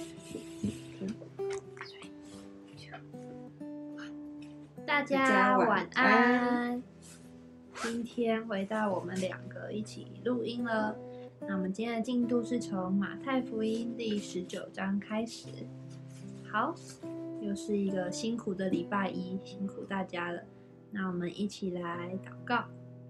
大家晚安。今天回到我们两个一起录音了。那我们今天的进度是从马太福音第19章开始。好，又是一个辛苦的礼拜一，辛苦大家了。那我们一起来祷告。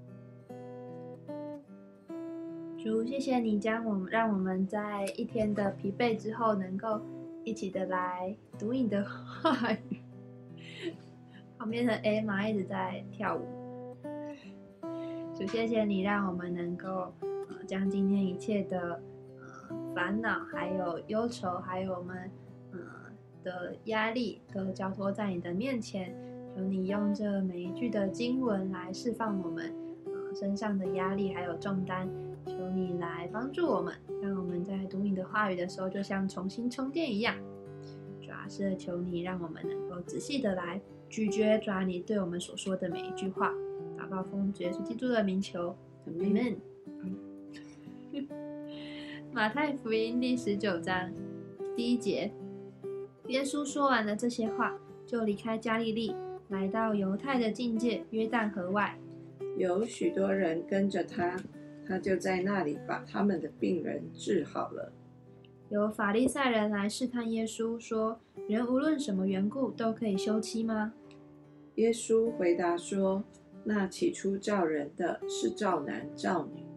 主，谢谢你让我们在一天的疲惫之后，能够一起的来读你的话语。旁边的 Emma 一直在跳舞。主，谢谢你让我们能够将今天一切的烦恼，还有忧愁，还有我们的压力，都交托在你的面前。求你用这每一句的经文来释放我们身上的压力还有重担。求你来帮助我们，让我们在读你的话语的时候，就像重新充电一样。主要是求你让我们能够仔细的来咀嚼主你对我们所说的每一句话。祷告奉主耶稣基督的名求，阿们。马太福音第19章第1节，耶稣说完了这些话，就离开加利利，来到犹太的境界约旦河外。 有许多人跟着他，他就在那里把他们的病人治好了。 有法利赛人来试探耶稣，说：人无论什么缘故都可以休妻吗？ 耶稣回答说：那起初造人的是造男造女，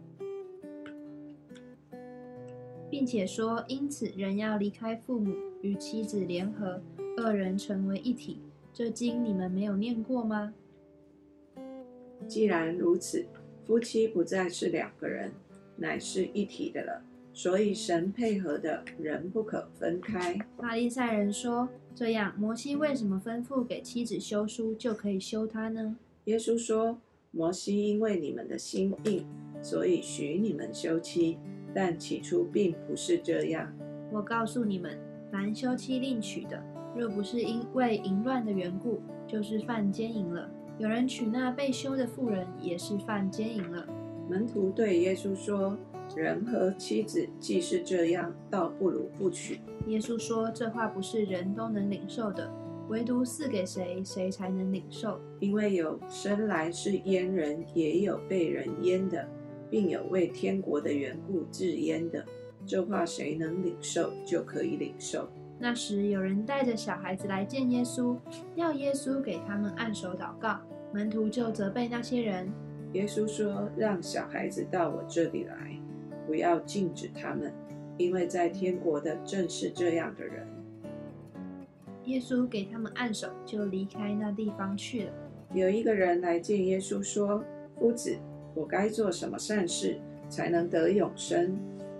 并且说，因此人要离开父母，与妻子联合，二人成为一体。这经你们没有念过吗？ 既然如此，夫妻不再是两个人，乃是一体的了。所以神配合的人不可分开。 法利赛人说：这样，摩西为什么吩咐给妻子休书，就可以休她呢？ 耶稣说：摩西因为你们的心硬，所以许你们休妻，但起初并不是这样。 我告诉你们，凡休妻另娶的，若不是因为淫乱的缘故，就是犯奸淫了。有人娶那被休的妇人，也是犯奸淫了。 门徒对耶稣说：人和妻子既是这样，倒不如不娶。 耶稣说：这话不是人都能领受的，唯独赐给谁，谁才能领受。 因为有生来是阉人，也有被人阉的，并有为天国的缘故自阉的。这话谁能领受，就可以领受。 那时有人带着小孩子来见耶稣，要耶稣给他们按手祷告。门徒就责备那些人。 耶稣说：让小孩子到我这里来，不要禁止他们，因为在天国的正是这样的人。 耶稣给他们按手，就离开那地方去了。 有一个人来见耶稣说：夫子，我该做什么善事，才能得永生？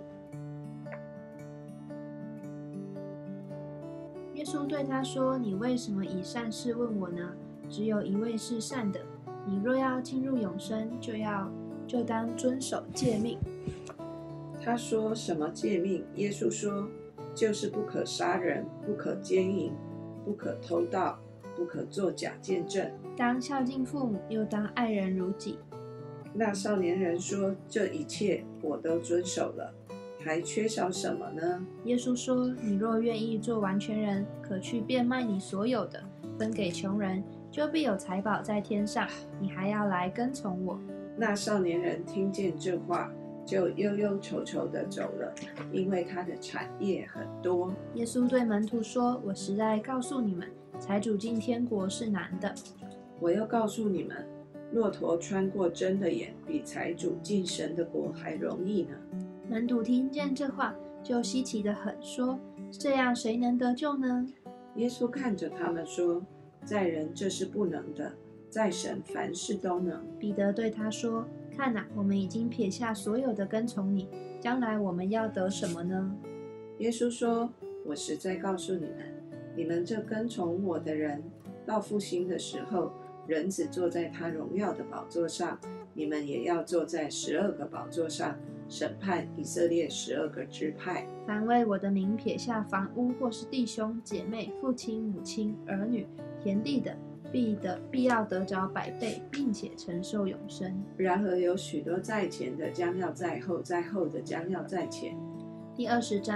耶稣对他说：你为什么以善事问我呢？只有一位是善的。你若要进入永生，就当遵守诫命。 他说：什么诫命？耶稣说：就是不可杀人，不可奸淫，不可偷盗，不可作假见证， 当孝敬父母，又当爱人如己。 那少年人说：这一切我都遵守了，还缺少什么呢？ 耶稣说：你若愿意做完全人，可去变卖你所有的，分给穷人，就必有财宝在天上。你还要来跟从我。 那少年人听见这话，就忧忧愁愁地走了，因为他的产业很多。 耶稣对门徒说：我实在告诉你们，财主进天国是难的。 我又告诉你们，骆驼穿过针的眼，比财主进神的国还容易呢。 门徒听见这话，就稀奇得很，说：这样谁能得救呢？ 耶稣看着他们说：在人这是不能的，在神凡事都能。 彼得对他说：看哪，我们已经撇下所有的跟从你，将来我们要得什么呢？ 耶稣说：我实在告诉你们，你们这跟从我的人，到复兴的时候，人子坐在他荣耀的宝座上，你们也要坐在12个宝座上，审判以色列12个支派。 凡为我的名撇下房屋，或是弟兄姐妹、父亲母亲、儿女、田地的，必要得着100倍，并且承受永生。 然而有许多在前的将要在后，在后的将要在前。 第20章，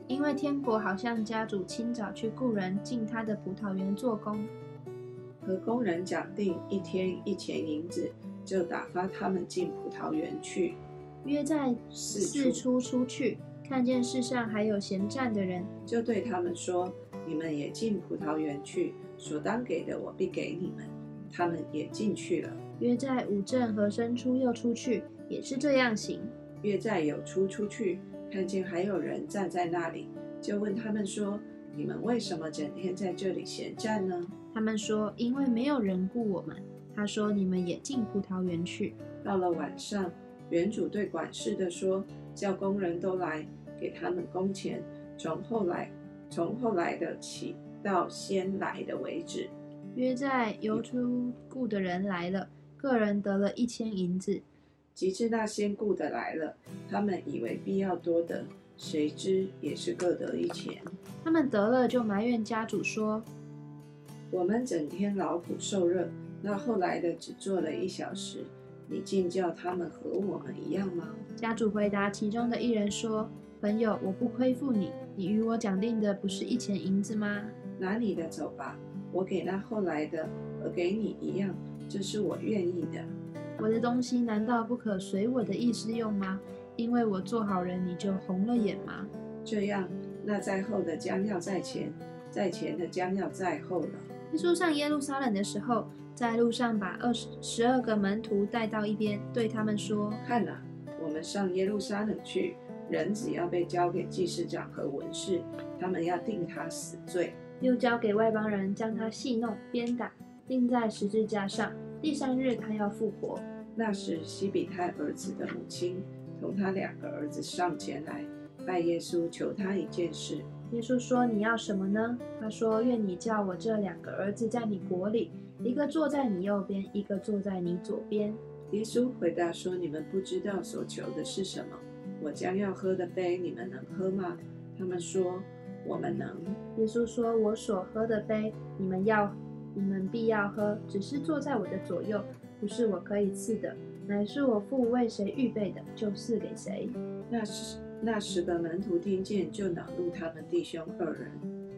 因为天国好像家主清早去雇人进他的葡萄园做工， 和工人讲定1天1钱银子，就打发他们进葡萄园去。 约在四处出去，看见世上还有闲站的人， 就对他们说：你们也进葡萄园去，所当给的我必给你们。他们也进去了。 约在午正和申初又出去，也是这样行。 约在酉初出去，看见还有人站在那里，就问他们说：你们为什么整天在这里闲站呢？ 他们说：因为没有人雇我们。他说：你们也进葡萄园去。 到了晚上，园主对管事的说：叫工人都来，给他们工钱，从后来的起到先来的为止。 约在酉初雇的人来了，个人得了1千银子。 及至那先雇的来了，他们以为必要多得，谁知也是各得1钱。 他们得了就埋怨家主说： 我们整天劳苦受热，那后来的只做了1小时，你竟叫他们和我们一样吗？ 家主回答其中的一人说：朋友，我不亏负你，你与我讲定的不是1钱银子吗？ 拿你的走吧，我给那后来的和给你一样，这是我愿意的。 我的东西难道不可随我的意思用吗？因为我做好人，你就红了眼吗？ 这样，那在后的将要在前，在前的将要在后了。 耶稣上耶路撒冷的时候，在路上把12个门徒带到一边，对他们说： 看哪，我们上耶路撒冷去，人子要被交给祭司长和文士，他们要定他死罪， 又交给外邦人，将他戏弄、鞭打，钉在十字架上。第3日他要复活。 那时西比泰儿子的母亲同他2个儿子上前来，拜耶稣，求他一件事。 耶稣说：你要什么呢？他说：愿你叫我这2个儿子在你国里，一个坐在你右边，一个坐在你左边。 耶稣回答说：你们不知道所求的是什么。我将要喝的杯，你们能喝吗？他们说：我们能。 耶稣说：我所喝的杯，你们必要喝，只是坐在我的左右，不是我可以赐的，乃是我父为谁预备的，就赐给谁。 那10个门徒听见，就恼怒他们弟兄2人。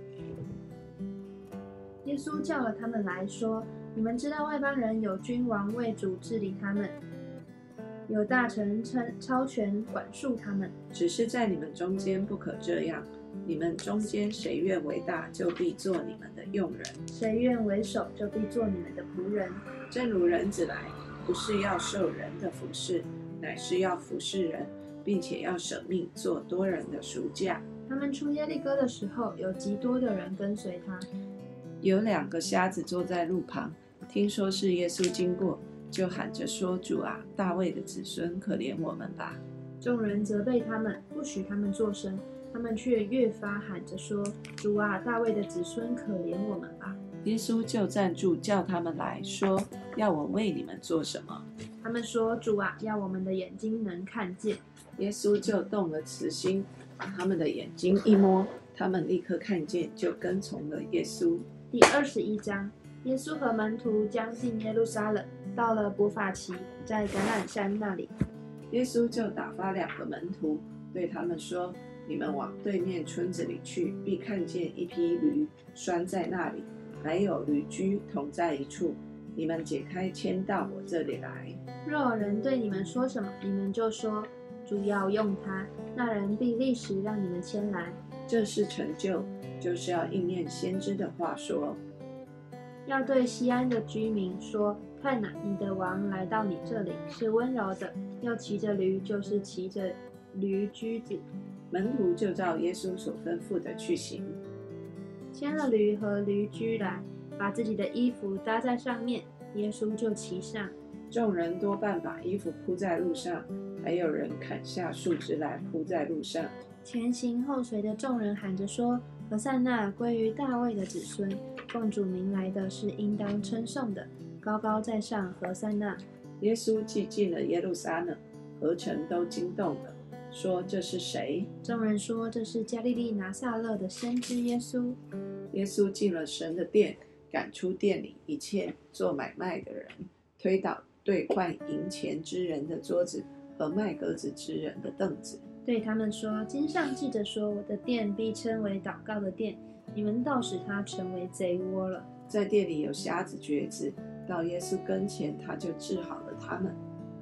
耶稣叫了他们来说：你们知道外邦人有君王为主治理他们，有大臣超权管束他们， 只是在你们中间不可这样。你们中间谁愿为大，就必做你们的用人； 谁愿为首，就必做你们的仆人。 正如人子来，不是要受人的服侍，乃是要服侍人，并且要舍命做多人的赎价。 他们出耶利哥的时候，有极多的人跟随他。 有2个瞎子坐在路旁，听说是耶稣经过，就喊着说：主啊，大卫的子孙，可怜我们吧。 众人责备他们，不许他们作声，他们却越发喊着说：主啊，大卫的子孙，可怜我们吧。 耶稣就站住，叫他们来说：要我为你们做什么？ 他们说：主啊，要我们的眼睛能看见。 耶稣就动了慈心，把他们的眼睛一摸，他们立刻看见，就跟从了耶稣。 第21章，耶稣和门徒将近耶路撒冷，到了伯法其，在橄榄山那里。 耶稣就打发2个门徒，对他们说：你们往对面村子里去，必看见一匹驴拴在那里，还有驴驹同在一处，你们解开牵到我这里来。 若有人对你们说什么，你们就说：主要用它，那人必立时让你们牵来。 这是成就，就是要应验先知的话说： 要对西安的居民说：看哪，你的王来到你这里，是温柔的，又骑着驴，就是骑着驴驹子。 门徒就照耶稣所吩咐的去行， 牵了驴和驴驹来，把自己的衣服搭在上面，耶稣就骑上。 众人多半把衣服铺在路上，还有人砍下树枝来铺在路上。 前行后随的众人喊着说：何塞那，归于大卫的子孙，奉主名来的是应当称颂的，高高在上，何塞那。 耶稣既进了耶路撒冷，何城都惊动了，说：这是谁？ 众人说：这是加利利拿撒勒的先知耶稣。 耶稣进了神的殿，赶出殿里一切做买卖的人，推倒兑换银钱之人的桌子和卖鸽子之人的凳子。 对他们说：经上记着说，我的殿必称为祷告的殿，你们倒使它成为贼窝了。 在店里有瞎子瘸子，到耶稣跟前，他就治好了他们。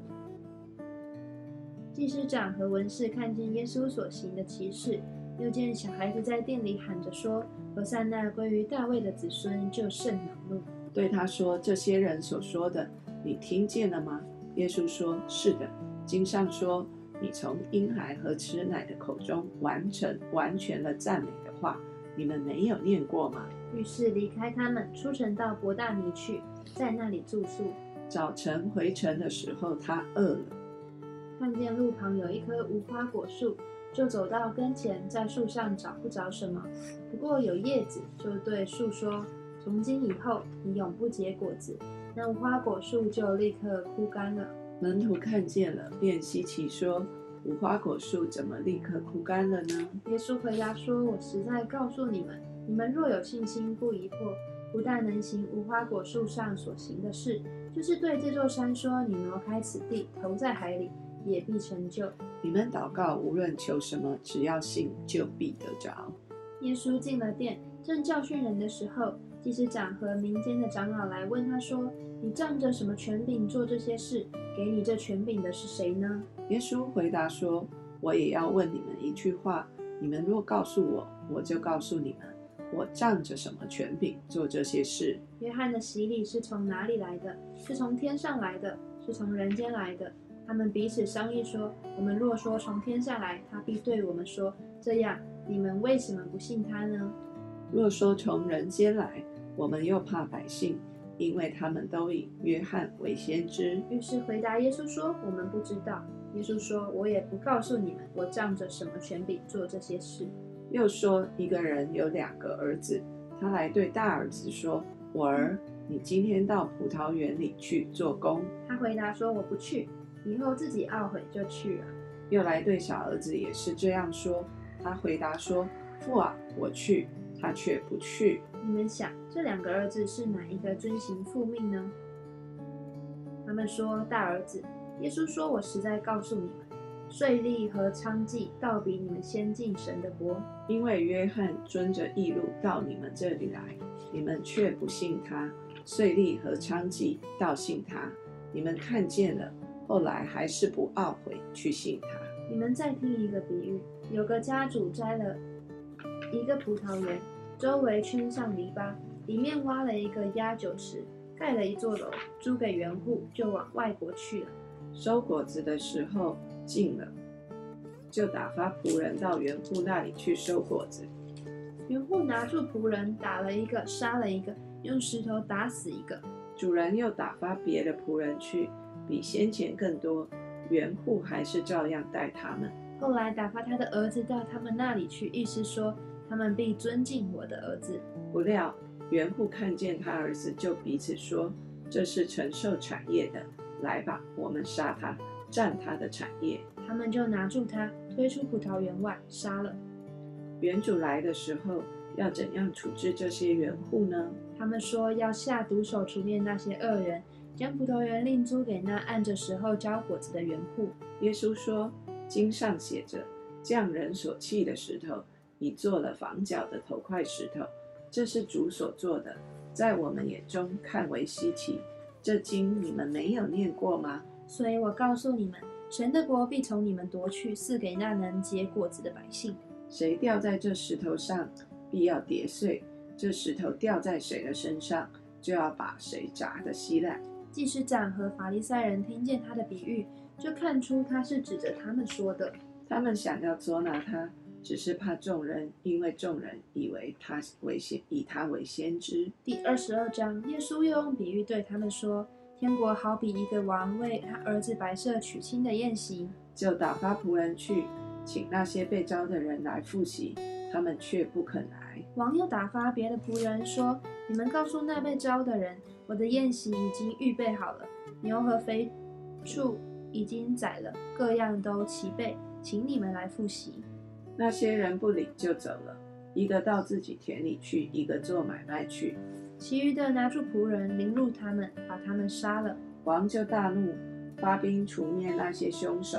祭司长和文士看见耶稣所行的奇事，又见小孩子在殿里喊着说：何塞那归于大卫的子孙，就甚恼怒。 对他说：这些人所说的，你听见了吗？耶稣说：是的，经上说，你从婴孩和吃奶的口中完全了赞美的话，你们没有念过吗？ 于是离开他们，出城到伯大尼去，在那里住宿。 早晨回城的时候，他饿了， 看见路旁有一棵无花果树，就走到跟前，在树上找不着什么，不过有叶子，就对树说：从今以后，你永不结果子。那无花果树就立刻枯干了。 门徒看见了，便稀奇说：无花果树怎么立刻枯干了呢？ 耶稣回答说：我实在告诉你们，你们若有信心，不疑惑，不但能行无花果树上所行的事，就是对这座山说：你挪开此地，投在海里，也必成就。 你们祷告，无论求什么，只要信，就必得着。 耶稣进了殿，正教训人的时候，祭司长和民间的长老来问他说：你仗着什么权柄做这些事？给你这权柄的是谁呢？ 耶稣回答说：我也要问你们一句话，你们若告诉我，我就告诉你们，我仗着什么权柄做这些事。 约翰的洗礼是从哪里来的？是从天上来的，是从人间来的？他们彼此商议说：我们若说从天上来，他必对我们说：这样，你们为什么不信他呢？ 若说从人间来，我们又怕百姓，因为他们都以约翰为先知。 于是回答耶稣说：我们不知道。耶稣说：我也不告诉你们，我仗着什么权柄做这些事。 又说，一个人有2个儿子，他来对大儿子说：我儿，你今天到葡萄园里去做工。 他回答说：我不去。以后自己懊悔就去了。 又来对小儿子也是这样说，他回答说：父啊，我去。他却不去。 你们想，这2个儿子是哪一个遵行父命呢？他们说大儿子。耶稣说：我实在告诉你们，税吏和娼妓倒比你们先进神的国。 因为约翰遵着义路到你们这里来，你们却不信他；税吏和娼妓倒信他，你们看见了，后来还是不懊悔去信他。 你们再听一个比喻，有个家主摘了一个葡萄园，周围圈上篱笆，里面挖了一个压酒池，盖了一座楼，租给园户，就往外国去了。 收果子的时候近了，就打发仆人到园户那里去收果子。 园户拿住仆人，打了一个，杀了一个，用石头打死一个。 主人又打发别的仆人去，比先前更多，园户还是照样待他们。 后来打发他的儿子到他们那里去，意思说他们必尊敬我的儿子。 不料园户看见他儿子，就彼此说：这是承受产业的，来吧，我们杀他，占他的产业。 他们就拿住他，推出葡萄园外，杀了。 园主来的时候，要怎样处置这些园户呢？ 他们说要下毒手除灭那些恶人，将葡萄园另租给那按着时候交果子的园户。 耶稣说：经上写着，匠人所弃的石头，已做了房角的头块石头，这是主所做的，在我们眼中看为稀奇。这经你们没有念过吗？ 所以我告诉你们，神的国必从你们夺去，赐给那能结果子的百姓。 谁掉在这石头上，必要跌碎；这石头掉在谁的身上，就要把谁砸得稀烂。 祭司长和法利赛人听见他的比喻，就看出他是指着他们说的。 他们想要捉拿他，只是怕众人，因为众人以他为先知。 第22章，耶稣又用比喻对他们说：天国好比一个王为他儿子摆设娶亲的宴席， 就打发仆人去，请那些被招的人来赴席，他们却不肯来。 王又打发别的仆人说：你们告诉那被招的人，我的宴席已经预备好了，牛和肥畜已经宰了，各样都齐备，请你们来赴席。 那些人不领就走了，一个到自己田里去，一个做买卖去。 其余的拿住仆人，凌辱他们，把他们杀了。 王就大怒，发兵除灭那些凶手，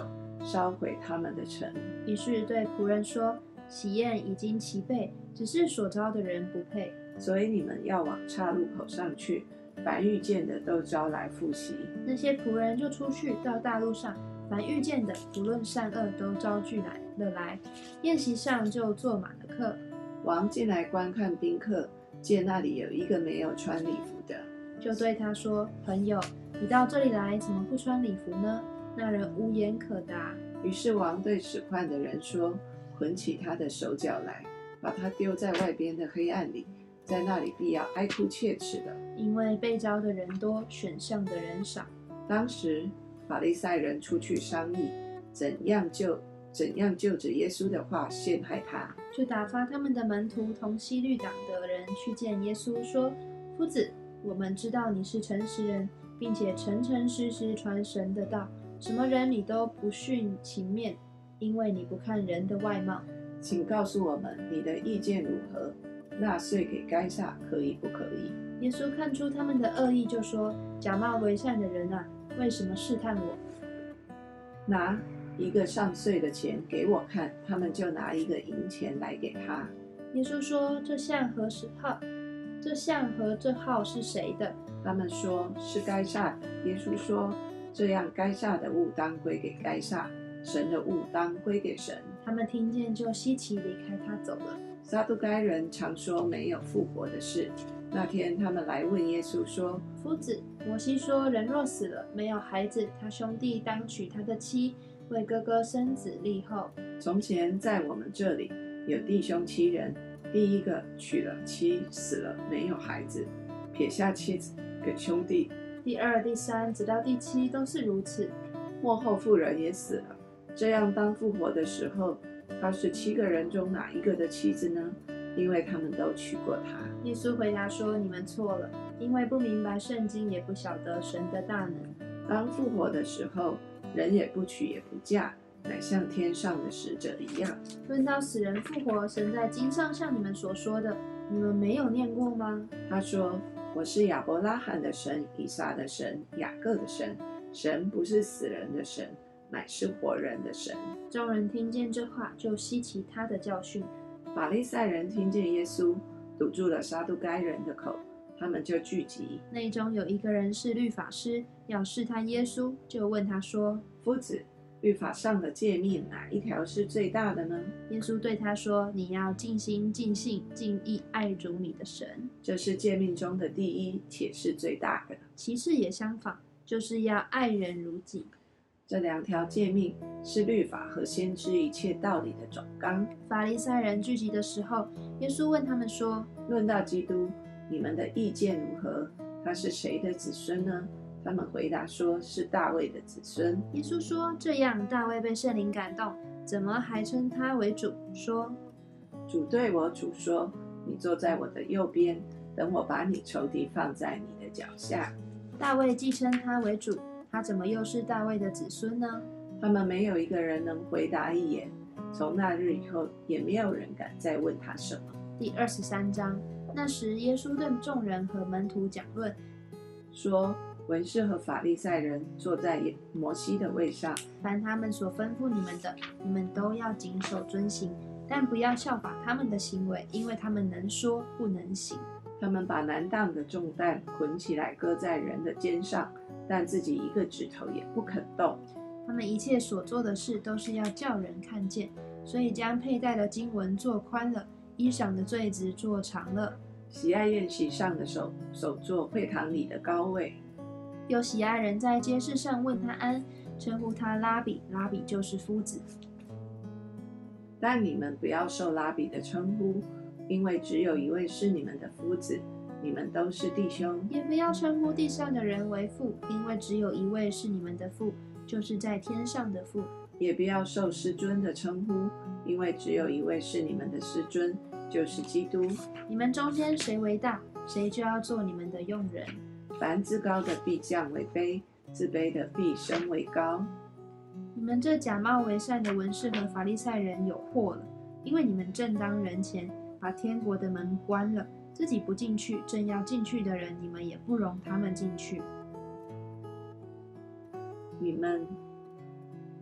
烧毁他们的城。 于是对仆人说：喜宴已经齐备，只是所招的人不配。 所以你们要往岔路口上去，凡遇见的都招来赴席。 那些仆人就出去到大路上，凡遇见的，不论善恶，都招聚来。宴席上就坐满了客。 王进来观看宾客，见那里有一个没有穿礼服的， 就对他说：朋友，你到这里来，怎么不穿礼服呢？那人无言可答。 于是王对使唤的人说：捆起他的手脚来，把他丢在外边的黑暗里，在那里必要哀哭切齿的， 因为被招的人多，选上的人少。 当时法利赛人出去商议，怎样就着耶稣的话陷害他。 就打发他们的门徒同西律党的人去见耶稣，说：夫子，我们知道你是诚实人，并且诚诚实实传神的道，什么人你都不徇情面，因为你不看人的外貌。 请告诉我们你的意见如何？纳税给该撒可以不可以？ 耶稣看出他们的恶意，就说：假冒为善的人啊，为什么试探我？ 拿一个上税的钱给我看。他们就拿一个银钱来给他。 耶稣说：这像和这号是谁的？ 他们说是该撒的。耶稣说：这样该撒的物当归给该撒，神的物当归给神。 他们听见就稀奇，离开他走了。 撒都该人常说没有复活的事。那天他们来问耶稣说： 夫子，摩西说，人若死了没有孩子，他兄弟当娶他的妻，为哥哥生子立后。 从前在我们这里有弟兄7人，第一个娶了妻，死了没有孩子，撇下妻子给兄弟。 第二、第三，直到第7都是如此。 末后妇人也死了。这样当复活的时候，他是7个人中哪一个的妻子呢？因为他们都娶过她。 耶稣回答说：你们错了，因为不明白圣经，也不晓得神的大能。 当复活的时候，人也不娶也不嫁，乃像天上的使者一样。 论到死人复活，神在经上像你们所说的，你们没有念过吗？ 他说：我是亚伯拉罕的神，以撒的神，雅各的神。神不是死人的神，乃是活人的神。 众人听见这话，就稀奇他的教训。 法利赛人听见耶稣堵住了撒都该人的口，他们就聚集。 内中有一个人是律法师，要试探耶稣，就问他说： 夫子，律法上的诫命哪一条是最大的呢？ 耶稣对他说：你要尽心、尽性、尽意爱主你的神。 这是诫命中的第一，且是最大的。 其次也相仿，就是要爱人如己。 这2条诫命是律法和先知一切道理的总纲。 法利赛人聚集的时候，耶稣问他们说： 论到基督，你们的意见如何？他是谁的子孙呢？他们回答说：是大卫的子孙。 耶稣说：这样，大卫被圣灵感动，怎么还称他为主，说： 主对我主说：你坐在我的右边，等我把你仇敌放在你的脚下。 大卫既称他为主，他怎么又是大卫的子孙呢？ 他们没有一个人能回答一言。从那日以后，也没有人敢再问他什么。 第23章，那时耶稣对众人和门徒讲论， 说：文士和法利赛人坐在摩西的位上， 凡他们所吩咐你们的，你们都要谨守遵行，但不要效法他们的行为，因为他们能说不能行。 他们把难当的重担捆起来，搁在人的肩上，但自己一个指头也不肯动。 他们一切所做的事，都是要叫人看见，所以将佩戴的经文做宽了，衣裳的坠子做长了。 喜爱宴席上的首座，会堂里的高位。 有喜爱人在街市上问他安，称呼他拉比，拉比就是夫子。 但你们不要受拉比的称呼，因为只有一位是你们的夫子，你们都是弟兄。 也不要称呼地上的人为父，因为只有一位是你们的父，就是在天上的父。 也不要受师尊的称呼，因为只有一位是你们的师尊，就是基督。 你们中间谁为大，谁就要做你们的用人。 凡自高的必降为卑，自卑的必升为高。 你们这假冒为善的文士和法利赛人有祸了，因为你们正当人前，把天国的门关了，自己不进去，正要进去的人，你们也不容他们进去。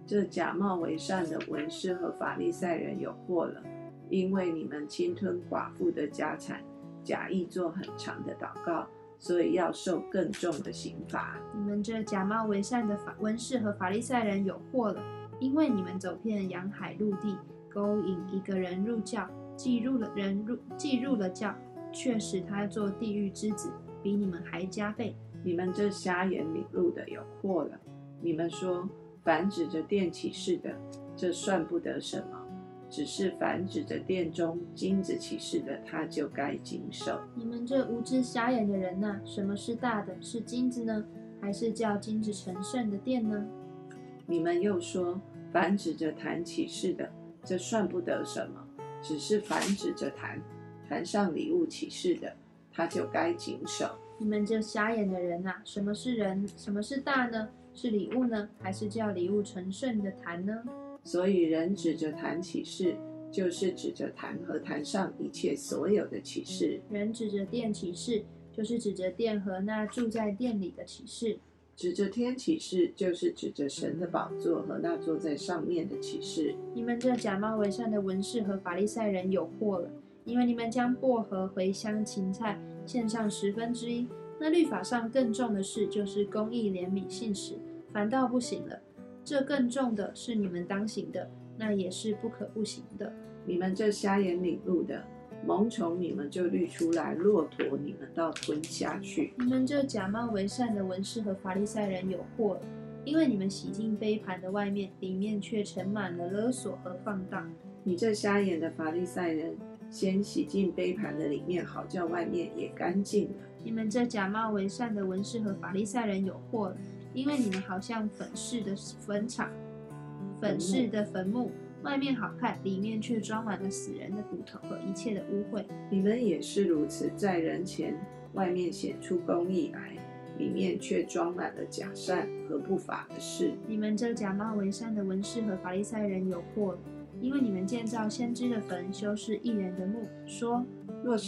这假冒为善的文士和法利赛人有祸了，因为你们侵吞寡妇的家产，假意做很长的祷告，所以要受更重的刑罚。 你们这假冒为善的文士和法利赛人有祸了，因为你们走遍洋海陆地，勾引一个人入教，既入了教，却使他做地狱之子，比你们还加倍。 你们这瞎眼领路的有祸了！你们说，凡指着殿起誓的，这算不得什么；只是凡指着殿中金子起誓的，他就该谨守。 你们这无知瞎眼的人呐，什么是大的？是金子呢，还是叫金子成圣的殿呢？ 你们又说，凡指着坛起誓的，这算不得什么；只是凡指着坛上礼物起誓的，他就该谨守。 你们这瞎眼的人呐，什么是人？什么是大呢？是礼物呢，还是叫礼物成圣的坛呢？ 所以人指着坛起誓，就是指着坛和坛上一切所有的启示； 人指着殿起誓，就是指着殿和那住在殿里的启示； 指着天起誓，就是指着神的宝座和那坐在上面的启示。 你们这假冒为善的文士和法利赛人有祸了，因为你们将薄荷、茴香、芹菜献上1/10，那律法上更重的事，就是公义、怜悯、信实，反倒不行了。这更重的是你们当行的，那也是不可不行的。 你们这瞎眼领路的，虻虫你们就滤出来，骆驼你们倒吞下去。 你们这假冒为善的文士和法利赛人有祸了，因为你们洗净杯盘的外面，里面却盛满了勒索和放荡。 你这瞎眼的法利赛人，先洗净杯盘的里面，好叫外面也干净了。 你们这假冒为善的文士和法利赛人有祸了，因为你们好像粉饰的坟墓，外面好看，里面却装满了死人的骨头和一切的污秽。 你们也是如此，在人前外面显出公义来，里面却装满了假善和不法的事。 你们这假冒为善的文士和法利赛人有祸了，因为你们建造先知的坟，修饰义人的墓，说